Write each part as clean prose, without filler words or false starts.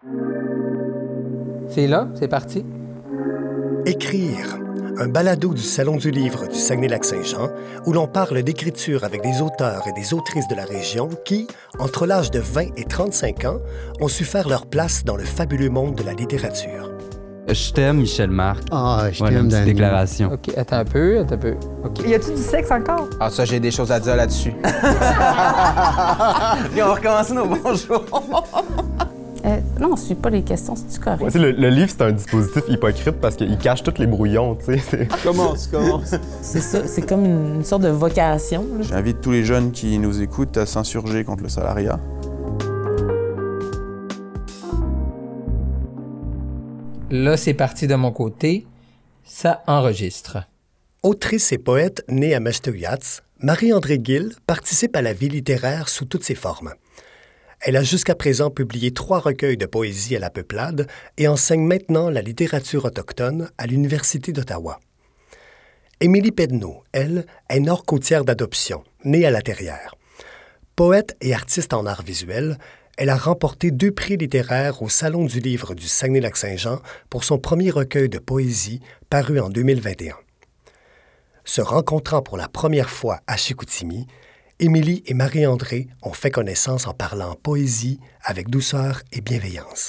C'est là, c'est parti. Écrire, un balado du Salon du livre du Saguenay-Lac-Saint-Jean où l'on parle d'écriture avec des auteurs et des autrices de la région qui, entre l'âge de 20 et 35 ans, ont su faire leur place dans le fabuleux monde de la littérature. Je t'aime, Michel Marc. Ah, je Voilà, t'aime, une petite Daniel. déclaration. OK, attends un peu. OK. Y a-tu du sexe encore? Ah, ça, j'ai des choses à dire là-dessus. Puis on va recommencer nos bonjours. Non, on suit pas les questions, c'est-tu correct? Ouais, le livre, c'est un dispositif hypocrite parce qu'il cache tous les brouillons, tu sais. Commence. C'est ça, c'est comme une sorte de vocation. Là. J'invite tous les jeunes qui nous écoutent à s'insurger contre le salariat. Là, c'est parti de mon côté. Ça enregistre. Autrice et poète née à Mesteuiatz, Marie-André Gill participe à la vie littéraire sous toutes ses formes. Elle a jusqu'à présent publié 3 recueils de poésie à la Peuplade et enseigne maintenant la littérature autochtone à l'Université d'Ottawa. Émilie Pedneau, elle, est nord-côtière d'adoption, née à La Terrière. Poète et artiste en art visuel, elle a remporté 2 prix littéraires au Salon du livre du Saguenay-Lac-Saint-Jean pour son premier recueil de poésie paru en 2021. Se rencontrant pour la première fois à Chicoutimi, Émilie et Marie-André ont fait connaissance en parlant poésie avec douceur et bienveillance.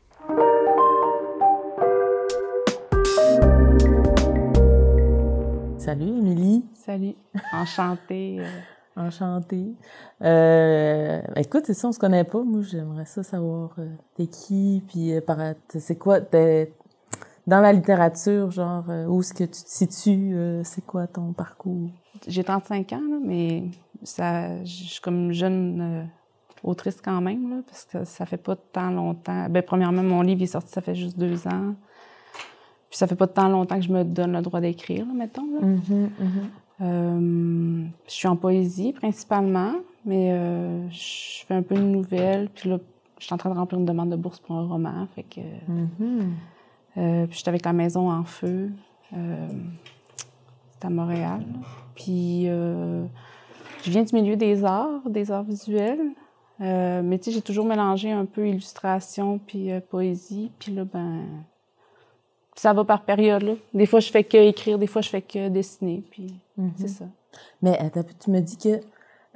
Salut, Émilie. Salut, enchantée. Enchantée. Écoute, c'est ça, on se connaît pas. Moi, j'aimerais ça savoir t'es qui, puis c'est quoi, dans la littérature, genre, où est-ce que tu te situes, c'est quoi ton parcours? J'ai 35 ans, là, mais je suis comme jeune autrice quand même, là, parce que ça fait pas tant longtemps. Ben, premièrement, mon livre est sorti, ça fait juste 2 ans. Puis ça fait pas tant longtemps que je me donne le droit d'écrire, là, mettons. Là. Je suis en poésie principalement, mais je fais un peu de nouvelles. Puis là, je suis en train de remplir une demande de bourse pour un roman. Fait que, puis je suis avec la Maison en feu. C'est à Montréal. Puis je viens du milieu des arts visuels. Mais tu sais, j'ai toujours mélangé un peu illustration puis poésie. Puis là, ça va par période, là. Des fois, je fais que écrire, des fois, je fais que dessiner, puis c'est ça. Mais attends, tu me dis que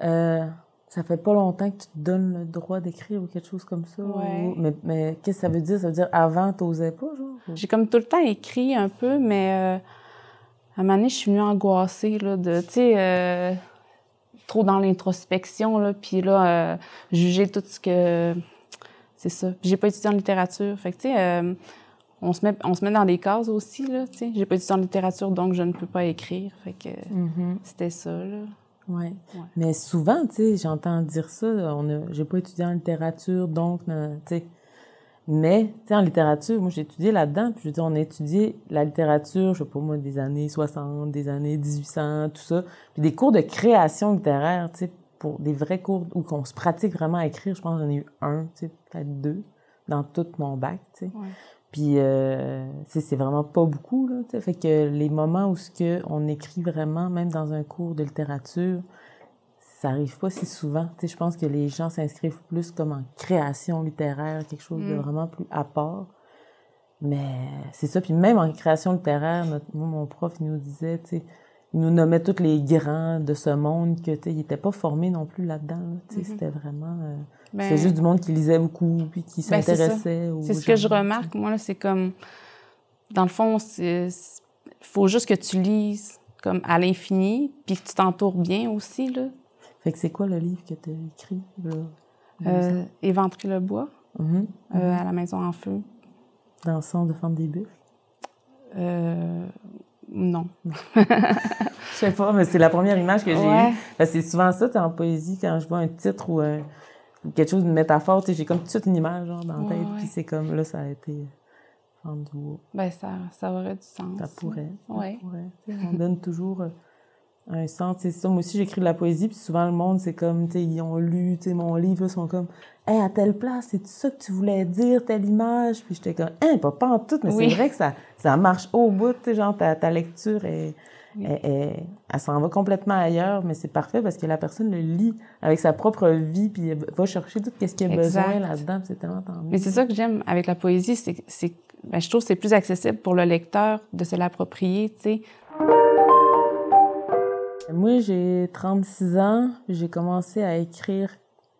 ça fait pas longtemps que tu te donnes le droit d'écrire ou quelque chose comme ça. Ouais. Mais qu'est-ce que ça veut dire? Ça veut dire avant, t'osais pas, genre? J'ai comme tout le temps écrit un peu, mais à un moment donné, je suis venue angoissée, là, de, tu sais, trop dans l'introspection, là, puis là, juger tout ce que... C'est ça. Puis j'ai pas étudié en littérature, fait que, tu sais... On se met dans des cases aussi, là, tu sais. J'ai pas étudié en littérature, donc je ne peux pas écrire. Fait que c'était ça, là. Ouais. Mais souvent, tu sais, j'entends dire ça, j'ai pas étudié en littérature, donc, tu sais. Mais, tu sais, en littérature, moi, j'ai étudié là-dedans, puis je veux dire, on a étudié la littérature, je sais pas moi, des années 60, des années 1800, tout ça. Puis des cours de création littéraire, tu sais, pour des vrais cours où on se pratique vraiment à écrire, je pense que j'en ai eu 1, tu sais, peut-être 2, dans tout mon bac, tu sais. Ouais. Puis, c'est vraiment pas beaucoup, là, tu sais. Fait que les moments où on écrit vraiment, même dans un cours de littérature, ça arrive pas si souvent. Tu sais, je pense que les gens s'inscrivent plus comme en création littéraire, quelque chose de vraiment plus à part. Mais c'est ça. Puis même en création littéraire, mon prof, il nous disait, tu sais, il nous nommait tous les grands de ce monde que, tu sais, il était pas formé non plus là-dedans, là. Tu sais, c'était vraiment... c'est juste du monde qui lisait beaucoup, puis qui s'intéressait. C'est ce que je remarque, moi, là, c'est comme... Dans le fond, faut juste que tu lises comme à l'infini, puis que tu t'entoures bien aussi, là. Fait que c'est quoi le livre que tu as écrit, là? Éventrer le bois, à la Maison en feu. Dans le sens de fendre des bûches? Non. Je sais pas, mais c'est la première image que j'ai eue. Parce que c'est souvent ça, en poésie, quand je vois un titre ou quelque chose, une métaphore, j'ai comme toute une image genre, dans la tête, puis c'est comme, là, ça a été fendre du bois. Ben, ça aurait du sens. Ça pourrait. Ouais. On donne toujours un sens. C'est ça, moi aussi, j'écris de la poésie, puis souvent, le monde, c'est comme, tu sais, ils ont lu, tu sais, mon livre, ils sont comme, « Hey, à telle place, c'est ça que tu voulais dire, telle image? » Puis j'étais comme, « Hein, pas en tout, mais c'est vrai que ça marche au bout, tu sais, genre, ta lecture Elle s'en va complètement ailleurs, mais c'est parfait parce que la personne le lit avec sa propre vie, puis elle va chercher tout ce qu'il y a besoin là-dedans, puis c'est tellement tant mieux. Mais c'est ça que j'aime avec la poésie, je trouve que c'est plus accessible pour le lecteur de se l'approprier, tu sais. Moi, j'ai 36 ans, puis j'ai commencé à écrire.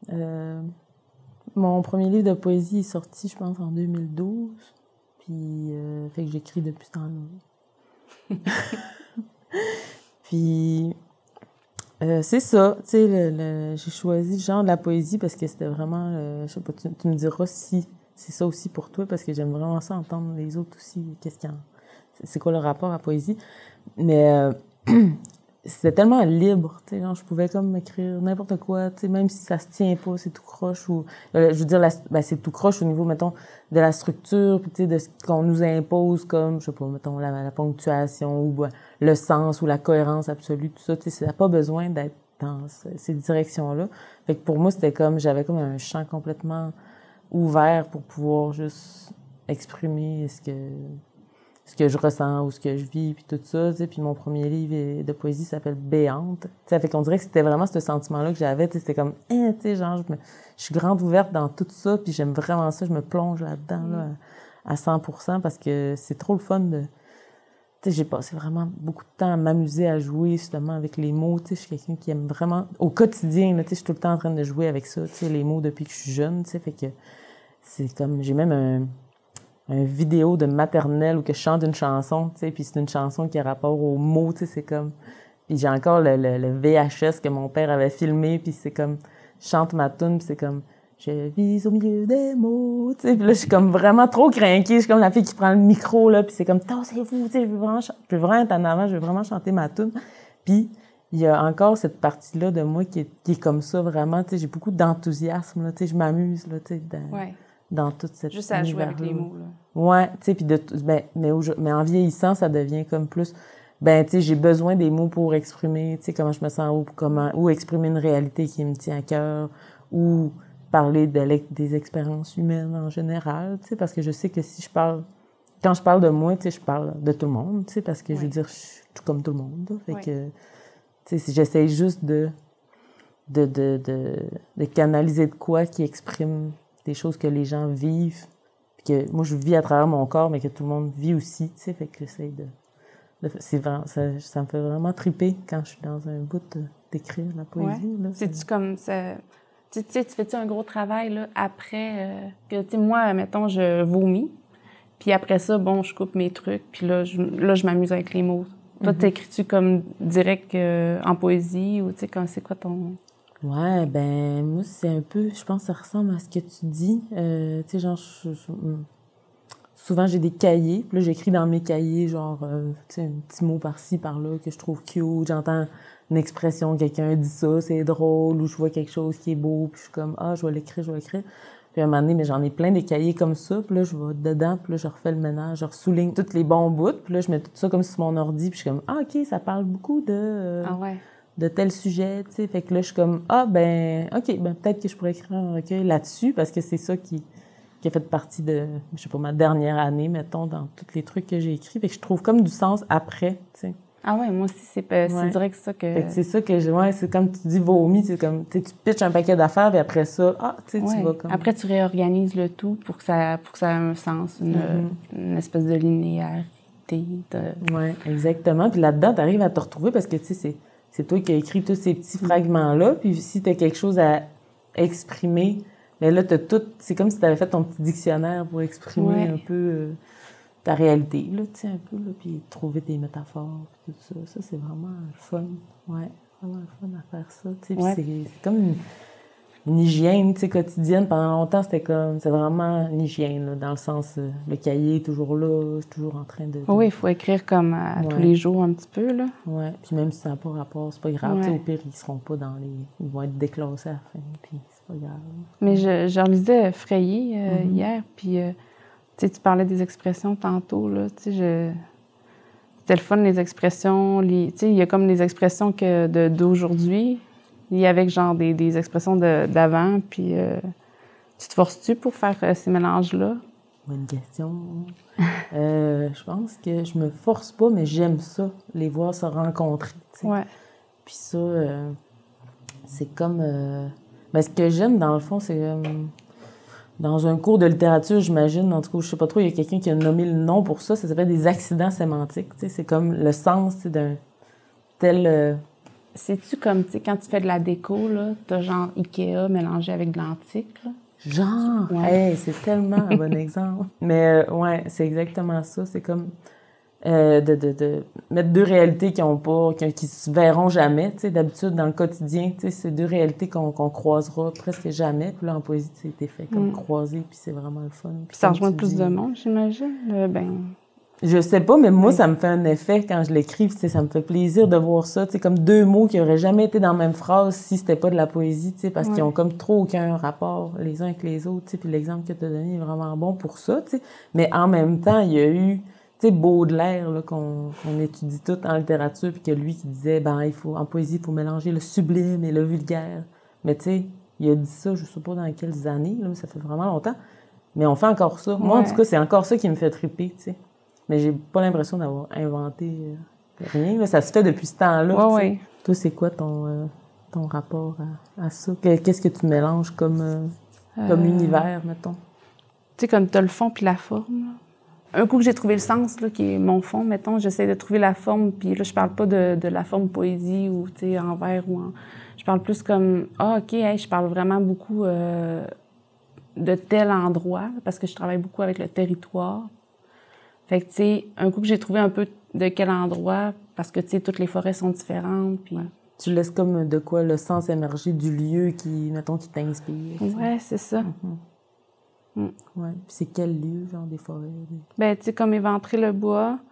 Mon premier livre de poésie est sorti, je pense, en 2012. Puis, fait que j'écris depuis ce temps-là. Puis, c'est ça, tu sais, j'ai choisi le genre de la poésie parce que c'était vraiment, je sais pas, tu me diras si c'est ça aussi pour toi, parce que j'aime vraiment ça, entendre les autres aussi, c'est quoi le rapport à la poésie. Mais c'était tellement libre, tu sais, genre je pouvais comme écrire n'importe quoi, tu sais, même si ça se tient pas, c'est tout croche, ou je veux dire, c'est tout croche au niveau, mettons, de la structure, puis tu sais, de ce qu'on nous impose comme, je sais pas, mettons, la ponctuation, ou le sens, ou la cohérence absolue, tout ça, tu sais, ça n'a pas besoin d'être dans ces directions-là. Fait que pour moi, c'était comme, j'avais comme un champ complètement ouvert pour pouvoir juste exprimer ce que je ressens ou ce que je vis, puis tout ça, tu sais. Puis mon premier livre de poésie s'appelle Béante. Tu sais, fait qu'on dirait que c'était vraiment ce sentiment-là que j'avais, tu sais, c'était comme, tu sais, genre, je suis grande ouverte dans tout ça, puis j'aime vraiment ça, je me plonge là-dedans, là, à 100%, parce que c'est trop le fun de... Tu sais, j'ai passé vraiment beaucoup de temps à m'amuser à jouer, justement, avec les mots, tu sais, je suis quelqu'un qui aime vraiment... Au quotidien, là, tu sais, je suis tout le temps en train de jouer avec ça, tu sais, les mots depuis que je suis jeune, tu sais, fait que c'est comme... J'ai même un vidéo de maternelle où que je chante une chanson, tu sais, puis c'est une chanson qui a rapport aux mots, tu sais, c'est comme... Puis j'ai encore le VHS que mon père avait filmé, puis c'est comme... Je chante ma toune, puis c'est comme... Je vis au milieu des mots, tu sais, puis là, je suis comme vraiment trop crinquée, je suis comme la fille qui prend le micro, là, puis c'est comme... Tassez-vous, tu sais, je veux vraiment être en avant, je veux vraiment chanter ma toune. Puis il y a encore cette partie-là de moi qui est comme ça, vraiment, tu sais, j'ai beaucoup d'enthousiasme, là, tu sais, je m'amuse, là, tu sais, dans toute cette juste à jouer avec les mots, là. Ouais, tu sais, puis mais en vieillissant, ça devient comme plus, tu sais, j'ai besoin des mots pour exprimer, tu sais, comment je me sens, ou exprimer une réalité qui me tient à cœur, ou parler des expériences humaines en général, tu sais, parce que je sais que quand je parle de moi, tu sais, je parle de tout le monde, tu sais, parce que je veux dire, je suis tout comme tout le monde, là, fait que, tu sais, si j'essaye juste de canaliser de quoi qui exprime des choses que les gens vivent, puis que moi je vis à travers mon corps, mais que tout le monde vit aussi, tu sais, fait que j'essaie ça me fait vraiment triper quand je suis dans un bout d'écrire la poésie. Là, c'est-tu comme ça? Tu sais, tu fais-tu un gros travail là, après que, tu sais, moi, mettons, je vomis, puis après ça, bon, je coupe mes trucs, puis là, je m'amuse avec les mots. Toi, t'écris-tu comme direct en poésie, ou tu sais, c'est quoi ton... Ouais, moi, c'est un peu, je pense que ça ressemble à ce que tu dis. Tu sais, genre, souvent, j'ai des cahiers, puis là, j'écris dans mes cahiers, genre, tu sais, un petit mot par-ci, par-là, que je trouve cute. J'entends une expression, quelqu'un dit ça, c'est drôle, ou je vois quelque chose qui est beau, puis je suis comme, je vais l'écrire. Puis à un moment donné, mais j'en ai plein des cahiers comme ça, puis là, je vais dedans, puis là, je refais le ménage, je ressouligne tous les bons bouts, puis là, je mets tout ça comme sur mon ordi, puis je suis comme, OK, ça parle beaucoup de tel sujet, tu sais. Fait que là, je suis comme, OK, peut-être que je pourrais écrire un recueil là-dessus, parce que c'est ça qui a fait partie de, je sais pas, ma dernière année, mettons, dans tous les trucs que j'ai écrits. Fait que je trouve comme du sens après, tu sais. Ah ouais, moi aussi, c'est direct ça que... Fait que c'est ça que c'est comme tu dis vomi, c'est comme, tu pitches un paquet d'affaires, puis après ça, tu sais, tu vas comme... Après, tu réorganises le tout pour que ça ait un sens, une espèce de linéarité. Ouais, exactement. Puis là-dedans, t'arrives à te retrouver parce que, tu sais, c'est toi qui as écrit tous ces petits fragments-là, puis si t'as quelque chose à exprimer, mais là, c'est comme si t'avais fait ton petit dictionnaire pour exprimer un peu ta réalité, là, tu sais, un peu, là, puis trouver des métaphores, puis tout ça. Ça, c'est vraiment le fun. Ouais, vraiment le fun à faire ça, tu sais. Puis c'est comme une hygiène, tu sais, quotidienne. Pendant longtemps, c'est vraiment une hygiène, là, dans le sens, le cahier est toujours là, je suis toujours en train de... Oui, il faut écrire comme tous les jours un petit peu, là. Ouais, puis même si ça n'a pas rapport, c'est pas grave. Tu sais, au pire, ils seront pas ils vont être déclassés à la fin, puis c'est pas grave. Mais je relisais Frayé hier, puis tu sais, tu parlais des expressions tantôt, là, tu sais, c'était le fun, les expressions, tu sais, il y a comme les expressions d'aujourd'hui, liées avec genre des expressions d'avant, puis tu te forces-tu pour faire ces mélanges-là? Bonne question. Je pense que je me force pas, mais j'aime ça, les voir se rencontrer. T'sais. Ouais. Puis ça, c'est comme... ce que j'aime, dans le fond, c'est... dans un cours de littérature, j'imagine, en tout cas, je sais pas trop, il y a quelqu'un qui a nommé le nom pour ça, ça s'appelle des accidents sémantiques. T'sais. C'est comme le sens d'un tel... C'est-tu comme, tu sais, quand tu fais de la déco, là, t'as genre Ikea mélangé avec de l'antique, là? Genre! Ouais. Hey, c'est tellement un bon exemple. Mais ouais, c'est exactement ça. C'est comme de mettre deux réalités qui se verront jamais. Tu sais, d'habitude, dans le quotidien, tu sais, c'est deux réalités qu'on croisera presque jamais. Puis là, en poésie, c'est fait comme croiser, puis c'est vraiment le fun. Puis ça rejoint plus de monde, j'imagine? Je sais pas, mais moi, ça me fait un effet quand je l'écris. Tu sais, ça me fait plaisir de voir ça. Tu sais, comme deux mots qui auraient jamais été dans la même phrase si c'était pas de la poésie, tu sais, parce qu'ils ont comme trop aucun rapport les uns avec les autres. Tu sais, puis l'exemple que tu as donné est vraiment bon pour ça. Tu sais. Mais en même temps, il y a eu, tu sais, Baudelaire là, qu'on étudie tout en littérature, puis que lui qui disait, en poésie, il faut mélanger le sublime et le vulgaire. Mais tu sais, il a dit ça, je sais pas dans quelles années, là, mais ça fait vraiment longtemps. Mais on fait encore ça. Moi, en tout cas, c'est encore ça qui me fait triper, tu sais. Mais j'ai pas l'impression d'avoir inventé rien. Là. Ça se fait depuis ce temps-là. Ouais. Toi, c'est quoi ton rapport à ça? Qu'est-ce que tu mélanges comme univers, mettons? Tu sais, comme t'as le fond puis la forme. Là. Un coup que j'ai trouvé le sens, là, qui est mon fond, mettons, j'essaie de trouver la forme. Puis là, je parle pas de la forme poésie ou, tu sais, en vers ou en... Je parle plus comme, OK, je parle vraiment beaucoup de tel endroit, parce que je travaille beaucoup avec le territoire. Fait que, tu sais, un coup que j'ai trouvé un peu de quel endroit, parce que, tu sais, toutes les forêts sont différentes, puis... Ouais. Tu laisses comme de quoi le sens émerger du lieu qui t'inspire. Ouais, c'est ça. Ouais. Puis c'est quel lieu, genre, des forêts? Ben, tu sais, comme Éventré-le-Bois,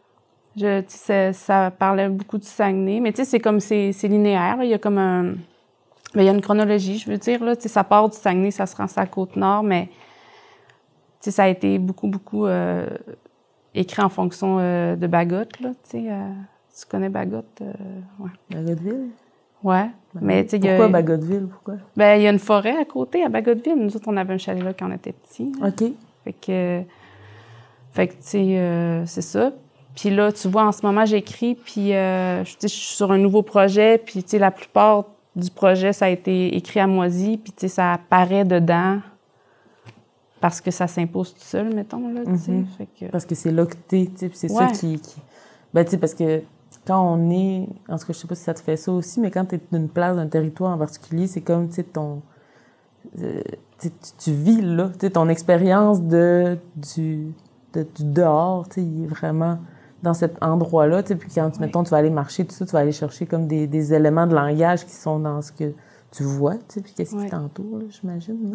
ça parlait beaucoup du Saguenay, mais tu sais, c'est linéaire, là. Il y a comme un... Ben, il y a une chronologie, je veux dire, là. Tu sais, ça part du Saguenay, ça se rend sur la Côte-Nord, mais... Tu sais, ça a été beaucoup écrit en fonction de Bagotte, là, tu sais. Tu connais Bagotte? Ouais. Bagotteville? Ouais. Mais, tu sais, pourquoi Bagotteville? Pourquoi? Ben, il y a une forêt à côté, à Bagotteville. Nous autres, on avait un chalet là quand on était petits. OK. Fait que tu sais, c'est ça. Puis là, tu vois, en ce moment, j'écris, puis je suis sur un nouveau projet, puis, tu sais, la plupart du projet, ça a été écrit à Moisy, puis, tu sais, ça apparaît dedans parce que ça s'impose tout seul, mettons, là, tu sais. Fait que... Parce que c'est là que t'es, tu sais, puis c'est ça qui... Ben, tu sais, parce que quand on est... En tout cas, je sais pas si ça te fait ça aussi, mais quand t'es d'une place, d'un territoire en particulier, c'est comme, tu sais, tu vis là, tu sais, ton expérience du dehors, tu sais, il est vraiment dans cet endroit-là, tu sais, puis quand, mettons, tu vas aller marcher, tout ça, tu vas aller chercher comme des éléments de langage qui sont dans ce que tu vois, tu sais, puis qu'est-ce qui t'entoure, là, j'imagine, là.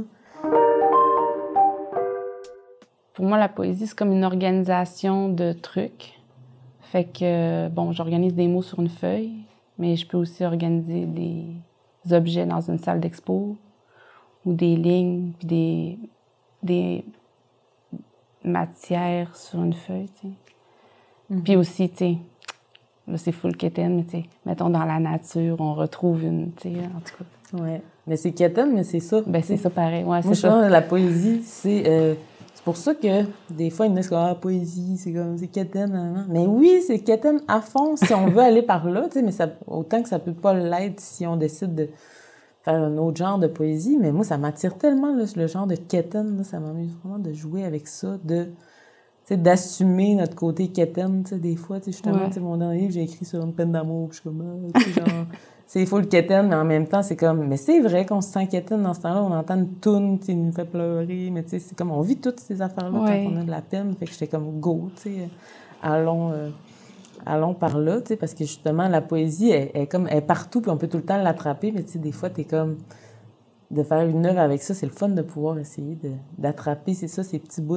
Pour moi, la poésie, c'est comme une organisation de trucs. Fait que, bon, j'organise des mots sur une feuille, mais je peux aussi organiser des objets dans une salle d'expo ou des lignes, puis des matières sur une feuille, tu sais. Puis aussi, tu sais, là, c'est full quétaine, mais tu sais, mettons, dans la nature, on retrouve une, tu sais, en tout cas. Ouais. Mais c'est quétaine, mais c'est ça. Ben, c'est ça pareil, ouais, moi, c'est ça. La poésie, c'est pour ça que des fois, ils me disent que la poésie, c'est quétaine. Hein. Mais oui, c'est quétaine à fond si on veut aller par là, tu sais, mais ça, autant que ça peut pas l'être si on décide de faire un autre genre de poésie. Mais moi, ça m'attire tellement, là, le genre de quétaine, là, ça m'amuse vraiment de jouer avec ça, d'assumer notre côté quétaine, tu sais, des fois, tu sais, justement, tu sais, mon dernier livre, j'ai écrit sur une peine d'amour, puis je suis comme, tu sais, genre... C'est full quétaine, mais en même temps, c'est comme... Mais c'est vrai qu'on se sent quétaine dans ce temps-là. On entend une toune, tu sais, nous fait pleurer. Mais tu sais, c'est comme... On vit toutes ces affaires-là quand on a de la peine. Fait que j'étais comme, go, tu sais, allons par là, tu sais, parce que justement, la poésie, elle est partout, puis on peut tout le temps l'attraper. Mais tu sais, des fois, t'es comme... De faire une œuvre avec ça, c'est le fun de pouvoir essayer d'attraper, c'est ça, ces petits bouts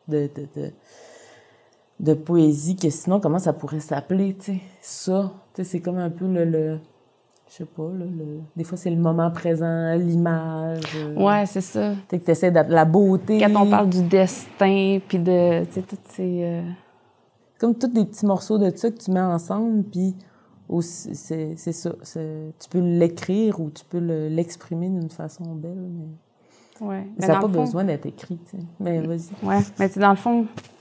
de poésie que sinon, comment ça pourrait s'appeler, tu sais, ça. Tu sais, c'est comme un peu je sais pas, là, des fois, c'est le moment présent, l'image. Ouais, c'est ça. Tu sais, que t'essaies d'être la beauté. Quand on parle du destin, puis de, tu sais, toutes ces... Comme tous des petits morceaux de ça que tu mets ensemble, puis aussi, c'est ça. Tu peux l'écrire ou tu peux l'exprimer d'une façon belle, mais... Ouais. Ça n'a pas besoin d'être écrit, tu sais. Mais vas-y. Ouais, mais tu sais, dans le fond,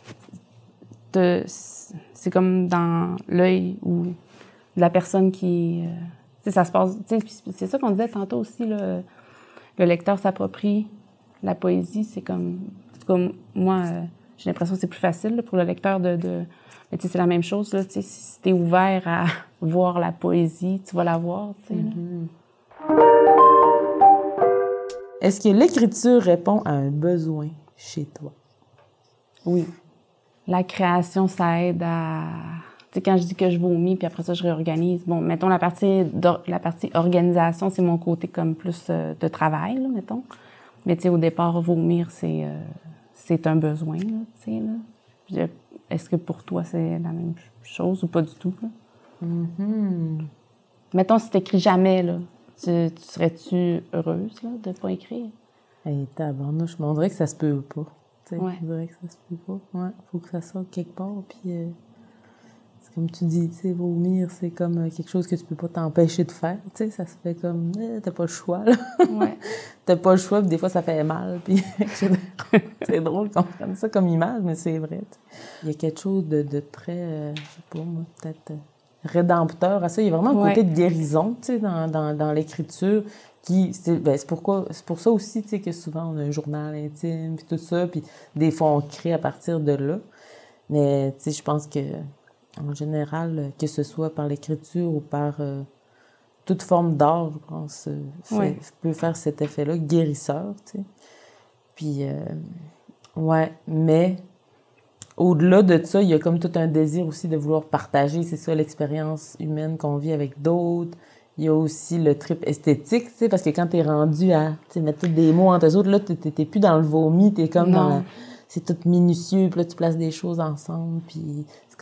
c'est comme dans l'œil ou de la personne qui... tu sais, ça se passe... Tu sais, c'est ça qu'on disait tantôt aussi, là, le lecteur s'approprie la poésie, c'est comme... En tout cas, moi, j'ai l'impression que c'est plus facile là, pour le lecteur de... Mais tu sais, c'est la même chose, là, tu sais, si t'es ouvert à voir la poésie, tu vas la voir, tu sais. Est-ce que l'écriture répond à un besoin chez toi? Oui. La création, ça aide à... Tu sais, quand je dis que je vomis, puis après ça, je réorganise. Bon, mettons, la partie organisation, c'est mon côté comme plus de travail, là, mettons. Mais tu sais, au départ, vomir, c'est un besoin, là, tu sais, là. Est-ce que pour toi, c'est la même chose ou pas du tout, là? Mettons, si t'écris jamais, là, tu serais-tu heureuse, là, de pas écrire? Hey, tabarnouche, on dirait que ça se peut pas. Ouais. On dirait que ça se peut pas. Ouais, faut que ça sorte quelque part. Puis, c'est comme tu dis, tu sais, vomir, c'est comme quelque chose que tu peux pas t'empêcher de faire. Tu sais, ça se fait comme, t'as pas le choix, là. Ouais. T'as pas le choix, puis des fois, ça fait mal. Puis, c'est drôle qu'on prenne ça comme image, mais c'est vrai. T'sais. Il y a quelque chose de très, je sais pas, moi, peut-être rédempteur à ça. Il y a vraiment un côté de guérison, tu sais, dans l'écriture. C'est pour ça aussi, tu sais, que souvent on a un journal intime, puis tout ça, puis des fois on crée à partir de là. Mais, tu sais, je pense que, en général, que ce soit par l'écriture ou par toute forme d'art, je pense, peut faire cet effet-là, guérisseur, tu sais. Puis, mais au-delà de ça, il y a comme tout un désir aussi de vouloir partager, c'est ça, l'expérience humaine qu'on vit avec d'autres. Il y a aussi le trip esthétique, tu sais, parce que quand t'es rendu à mettre tous des mots entre eux autres, là, t'es plus dans le vomi, t'es comme dans c'est tout minutieux, puis là, tu places des choses ensemble, puis c'est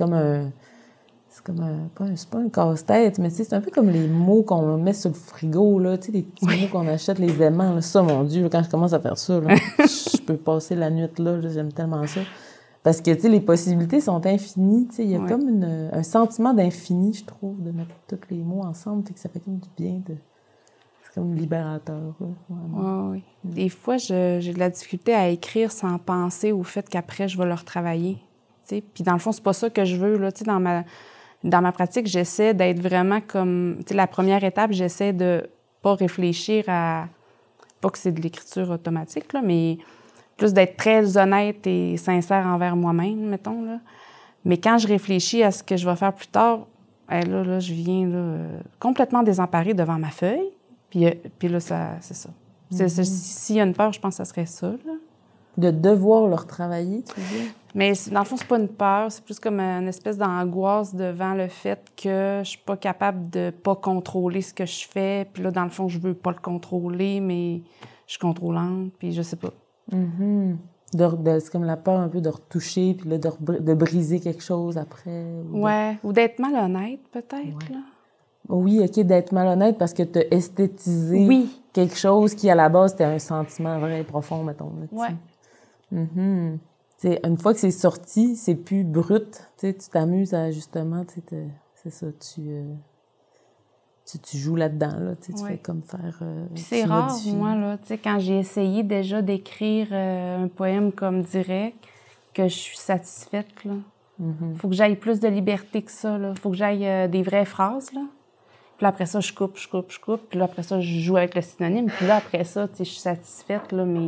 pas un casse-tête, mais c'est un peu comme les mots qu'on met sur le frigo, là, tu sais, les petits mots qu'on achète, les aimants, là. Ça, mon Dieu, là, quand je commence à faire ça, là, je peux passer la nuit là, j'aime tellement ça. Parce que, tu sais, les possibilités sont infinies, tu sais, il y a comme un sentiment d'infini, je trouve, de mettre tous les mots ensemble, fait que ça fait comme du bien, c'est comme libérateur, là. Oui. Des fois, j'ai de la difficulté à écrire sans penser au fait qu'après, je vais le retravailler, tu sais. Puis dans le fond, c'est pas ça que je veux, là, tu sais, dans ma pratique, j'essaie d'être vraiment comme, tu sais, la première étape, j'essaie de pas réfléchir à, pas que c'est de l'écriture automatique, là, mais plus d'être très honnête et sincère envers moi-même, mettons, là. Mais quand je réfléchis à ce que je vais faire plus tard, là, je viens là, complètement désemparée devant ma feuille. Puis là, c'est ça. S'il y a une peur, je pense que ça serait ça, là. De devoir le retravailler, tu veux dire? Mais dans le fond, c'est pas une peur, c'est plus comme une espèce d'angoisse devant le fait que je suis pas capable de pas contrôler ce que je fais. Puis là, dans le fond, je veux pas le contrôler, mais je suis contrôlante, puis je sais pas. C'est comme la peur un peu de retoucher, puis là, de briser quelque chose après. Ou d'être malhonnête, peut-être, là. Oui, OK, d'être malhonnête parce que tu as esthétisé quelque chose qui, à la base, c'était un sentiment vrai et profond, mettons. Là, t'sais. Une fois que c'est sorti, c'est plus brut. Tu t'amuses à, justement, c'est ça, tu joues là-dedans, là, tu fais comme faire... Puis c'est rare, modifies. Moi, là, tu sais, quand j'ai essayé déjà d'écrire un poème comme direct, que je suis satisfaite, là. Faut que j'aille plus de liberté que ça, là. Faut que j'aille des vraies phrases, là. Puis là, après ça, je coupe. Puis là, après ça, je joue avec le synonyme. Puis là, après ça, tu sais, je suis satisfaite, là, mais...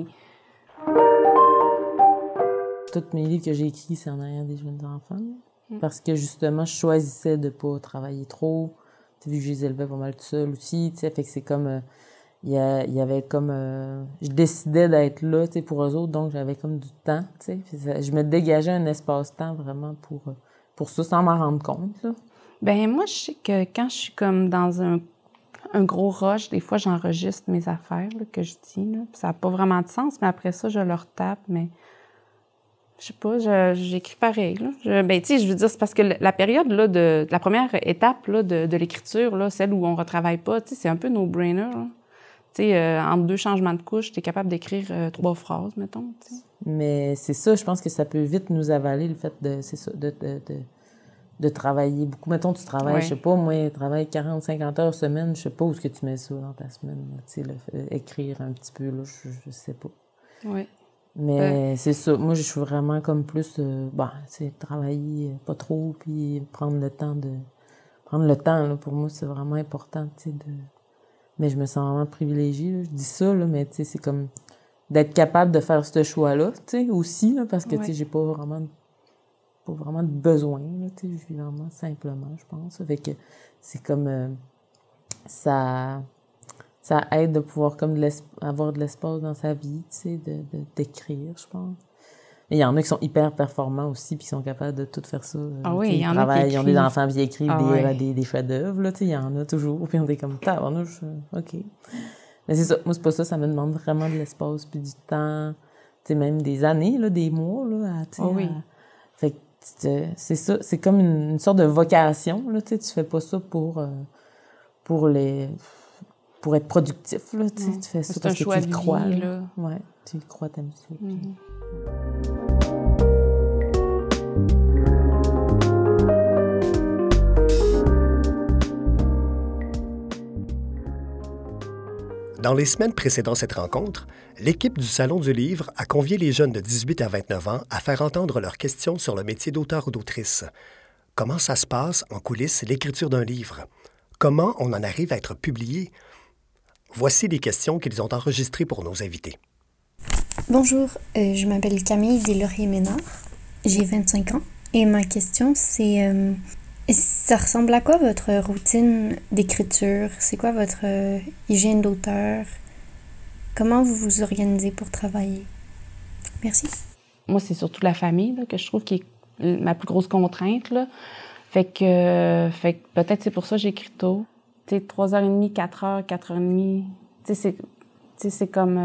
Tous mes livres que j'ai écrits, c'est en arrière des jeunes enfants. Parce que, justement, je choisissais de pas travailler trop. Tu sais, vu que je les élevais pas mal tout seul aussi, tu sais, fait que c'est comme... Il y avait comme... je décidais d'être là, tu sais, pour eux autres, donc j'avais comme du temps, tu sais. Je me dégageais un espace-temps vraiment pour ça, sans m'en rendre compte, là. Ben moi, je sais que quand je suis comme dans un gros rush, des fois, j'enregistre mes affaires là, que je dis. Là. Ça n'a pas vraiment de sens, mais après ça, je le retape. Mais je sais pas, j'écris pareil. Là. Ben, tu sais, je veux dire, c'est parce que la période là, la première étape là, de l'écriture, là, celle où on ne retravaille pas, tu sais, c'est un peu no-brainer. Tu sais, entre 2 changements de couche, tu es capable d'écrire 3 phrases, mettons. T'sais. Mais c'est ça, je pense que ça peut vite nous avaler, le fait de travailler beaucoup. Mettons, tu travailles, je sais pas, moi, je travaille 40-50 heures semaine, je sais pas où est-ce que tu mets ça dans ta semaine. Tu sais, écrire un petit peu, là, je sais pas. Oui. Mais c'est ça. Moi, je suis vraiment comme plus... c'est travailler pas trop, puis prendre le temps de... Prendre le temps, là, pour moi, c'est vraiment important, tu sais, de... Mais je me sens vraiment privilégiée, là. Je dis ça, là, mais tu sais, c'est comme d'être capable de faire ce choix-là, tu sais, aussi, là, parce que, tu sais, j'ai pas vraiment de besoin, là, tu sais, je vis vraiment simplement, je pense. Fait que c'est comme... ça aide de pouvoir comme avoir de l'espace dans sa vie, tu sais, d'écrire, je pense. Il y en a qui sont hyper performants aussi, puis qui sont capables de tout faire ça. Il y en a qui ils ont des enfants, puis ils écrivent des chefs-d'œuvre, là, tu sais, il y en a toujours, puis on est comme, OK. Mais c'est ça, moi, c'est pas ça, ça me demande vraiment de l'espace, puis du temps, tu sais, même des années, là, des mois, là, Fait que c'est ça, c'est comme une sorte de vocation, là, tu sais, tu fais pas ça pour être productif, là, tu sais, tu fais ça parce que tu y crois, là. Ouais, tu y crois, t'aimes ça. Dans les semaines précédant cette rencontre, l'équipe du Salon du Livre a convié les jeunes de 18 à 29 ans à faire entendre leurs questions sur le métier d'auteur ou d'autrice. Comment ça se passe en coulisses l'écriture d'un livre? Comment on en arrive à être publié? Voici les questions qu'ils ont enregistrées pour nos invités. Bonjour, je m'appelle Camille Deslauriers-Ménard, j'ai 25 ans et ma question c'est ça ressemble à quoi votre routine d'écriture? C'est quoi votre hygiène d'auteur? Comment vous vous organisez pour travailler? Merci. Moi, c'est surtout la famille là, que je trouve qui est ma plus grosse contrainte, là. Fait que peut-être c'est pour ça que j'écris tôt. Tu sais, 3h30, 4h, 4h30. Tu sais, c'est comme...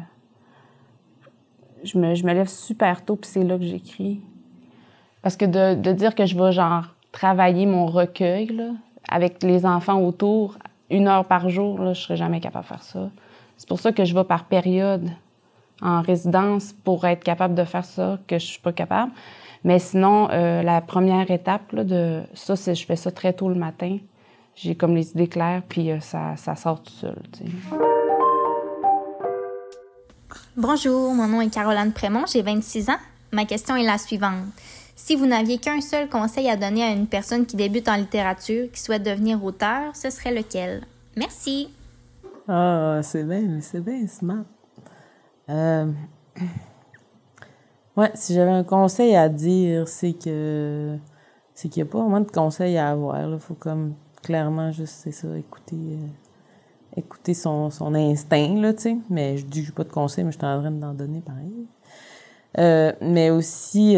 je me lève super tôt, puis c'est là que j'écris. Parce que de dire que je vais, genre, travailler mon recueil, là, avec les enfants autour, 1 heure par jour, là, je serais jamais capable de faire ça. C'est pour ça que je vais par période en résidence pour être capable de faire ça, que je suis pas capable. Mais sinon, la première étape, là, c'est je fais ça très tôt le matin. J'ai comme les idées claires, puis ça sort tout seul, tu sais. Bonjour, mon nom est Caroline Prémont, j'ai 26 ans. Ma question est la suivante. Si vous n'aviez qu'un seul conseil à donner à une personne qui débute en littérature, qui souhaite devenir auteur, ce serait lequel? Merci! Ah, c'est bien smart. Ouais, si j'avais un conseil à dire, c'est qu'il n'y a pas vraiment de conseil à avoir. Il faut comme clairement juste, c'est ça, écouter son instinct, là, tu sais. Mais je dis que j'ai pas de conseil, mais je suis en train d'en donner pareil. Mais aussi,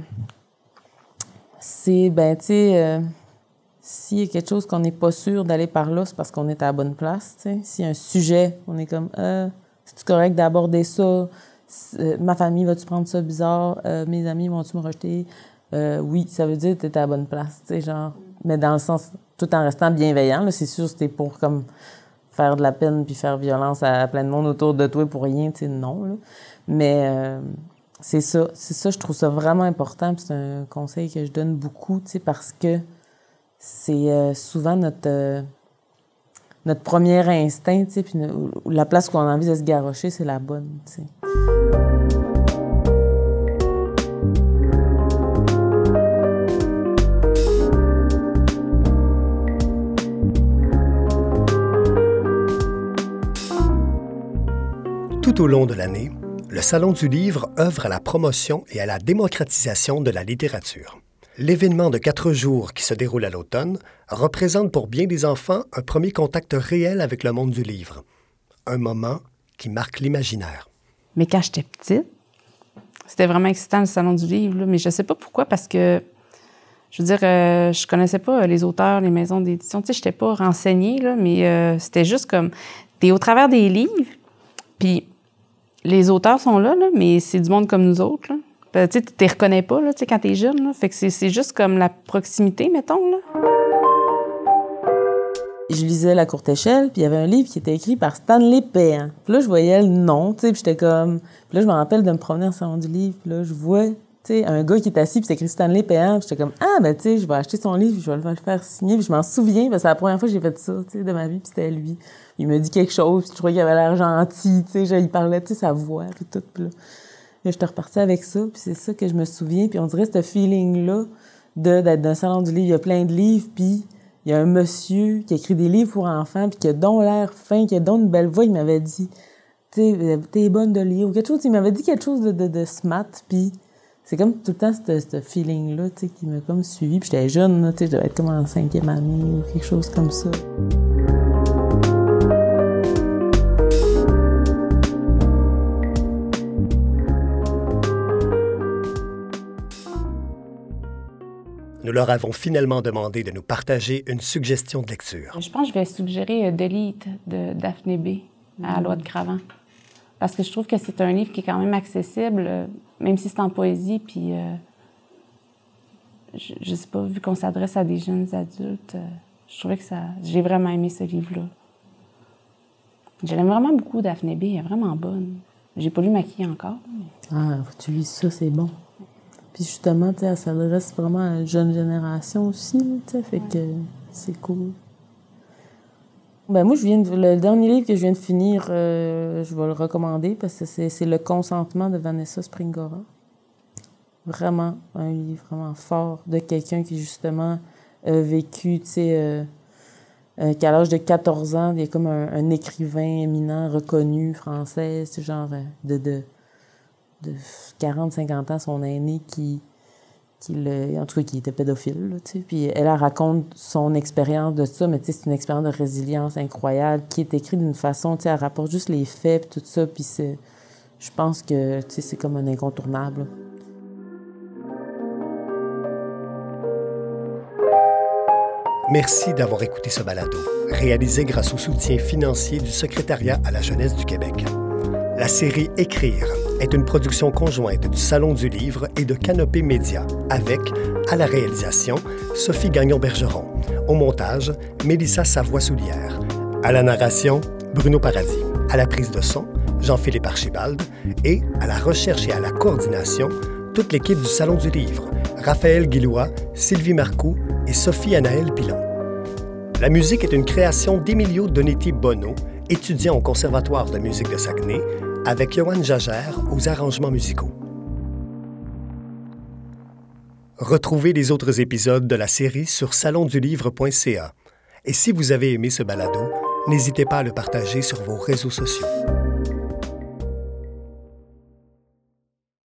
c'est, tu sais, s'il y a quelque chose qu'on n'est pas sûr d'aller par là, c'est parce qu'on est à la bonne place, tu sais. S'il y a un sujet, on est comme, c'est-tu correct d'aborder ça? Ma famille, va-tu prendre ça bizarre? Mes amis, vont-tu me rejeter? Oui, ça veut dire que t'es à la bonne place, tu sais, genre. Mais dans le sens, tout en restant bienveillant, là, c'est sûr, c'était pour, comme, faire de la peine puis faire violence à plein de monde autour de toi pour rien, tu sais, non, là. Mais c'est ça, je trouve ça vraiment important, puis c'est un conseil que je donne beaucoup, tu sais, parce que c'est souvent notre premier instinct, tu sais, puis la place où on a envie de se garrocher, c'est la bonne, tu sais. Tout au long de l'année, le Salon du Livre œuvre à la promotion et à la démocratisation de la littérature. L'événement de 4 jours qui se déroule à l'automne représente pour bien des enfants un premier contact réel avec le monde du livre. Un moment qui marque l'imaginaire. Mais quand j'étais petite, c'était vraiment excitant le Salon du Livre, là, mais je sais pas pourquoi, parce que, je veux dire, je connaissais pas les auteurs, les maisons d'édition, tu sais, j'étais pas renseignée, là, mais c'était juste comme, t'es au travers des livres, puis les auteurs sont là, mais c'est du monde comme nous autres, là. Tu sais, tu les reconnais pas, là, tu sais, quand t'es jeune, là. Fait que c'est juste comme la proximité, mettons, là. Je lisais La Courte Échelle, puis il y avait un livre qui était écrit par Stanley Péan. Puis là, je voyais le nom, tu sais, puis j'étais comme... Puis là, je me rappelle de me promener au Salon du Livre, puis là, je vois tu sais, un gars qui est assis, puis c'est écrit Stanley Péan, puis j'étais comme, ah, ben, tu sais, je vais acheter son livre, puis je vais le faire signer, puis je m'en souviens, parce que c'est la première fois que j'ai fait ça, tu sais, de ma vie, puis c'était lui. Il me dit quelque chose, puis je trouvais qu'il avait l'air gentil, tu sais, il parlait, tu sais, sa voix, puis tout, puis là. J'étais repartie avec ça, puis c'est ça que je me souviens, puis on dirait ce feeling-là d'être dans le salon du livre, il y a plein de livres, puis il y a un monsieur qui a écrit des livres pour enfants, puis qui a donc l'air fin, qui a donc une belle voix, il m'avait dit, tu sais, t'es bonne de lire, ou quelque chose, il m'avait dit quelque chose de smart, puis c'est comme tout le temps ce feeling-là, tu sais, qui m'a comme suivi, puis j'étais jeune, là, tu sais, je devais être comme en 5e année, ou quelque chose comme ça. Nous leur avons finalement demandé de nous partager une suggestion de lecture. Je pense que je vais suggérer Delete de Daphné B. à Loi de Cravant. Parce que je trouve que c'est un livre qui est quand même accessible, même si c'est en poésie, puis je sais pas, vu qu'on s'adresse à des jeunes adultes, je trouvais que j'ai vraiment aimé ce livre-là. Je l'aime vraiment beaucoup, Daphné B. Elle est vraiment bonne. J'ai pas lu Maquillée encore. Mais... Ah, tu lis ça, c'est bon. Puis justement, tu sais, elle s'adresse vraiment à la jeune génération aussi, tu sais, fait que c'est cool. Ben moi, le dernier livre que je viens de finir, je vais le recommander parce que c'est Le consentement de Vanessa Springora. Vraiment un livre vraiment fort de quelqu'un qui, justement, a vécu, tu sais, qu'à l'âge de 14 ans, il y a comme un écrivain éminent, reconnu, français, c'est genre de 40-50 ans, son aîné en tout cas, qui était pédophile, là, tu sais. Puis elle raconte son expérience de ça, mais tu sais, c'est une expérience de résilience incroyable qui est écrite d'une façon, tu sais, elle rapporte juste les faits puis tout ça, puis je pense que, tu sais, c'est comme un incontournable. Merci d'avoir écouté ce balado, réalisé grâce au soutien financier du Secrétariat à la jeunesse du Québec. La série Écrire est une production conjointe du Salon du Livre et de Canopée Média, avec, à la réalisation, Sophie Gagnon-Bergeron, au montage, Mélissa Savoie-Soulière, à la narration, Bruno Paradis, à la prise de son, Jean-Philippe Archibald, et à la recherche et à la coordination, toute l'équipe du Salon du Livre, Raphaël Guillois, Sylvie Marcoux et Sophie Anaëlle Pilon. La musique est une création d'Emilio Donetti-Bono, étudiant au Conservatoire de musique de Saguenay, avec Johan Jagère aux arrangements musicaux. Retrouvez les autres épisodes de la série sur salondulivre.ca. Et si vous avez aimé ce balado, n'hésitez pas à le partager sur vos réseaux sociaux.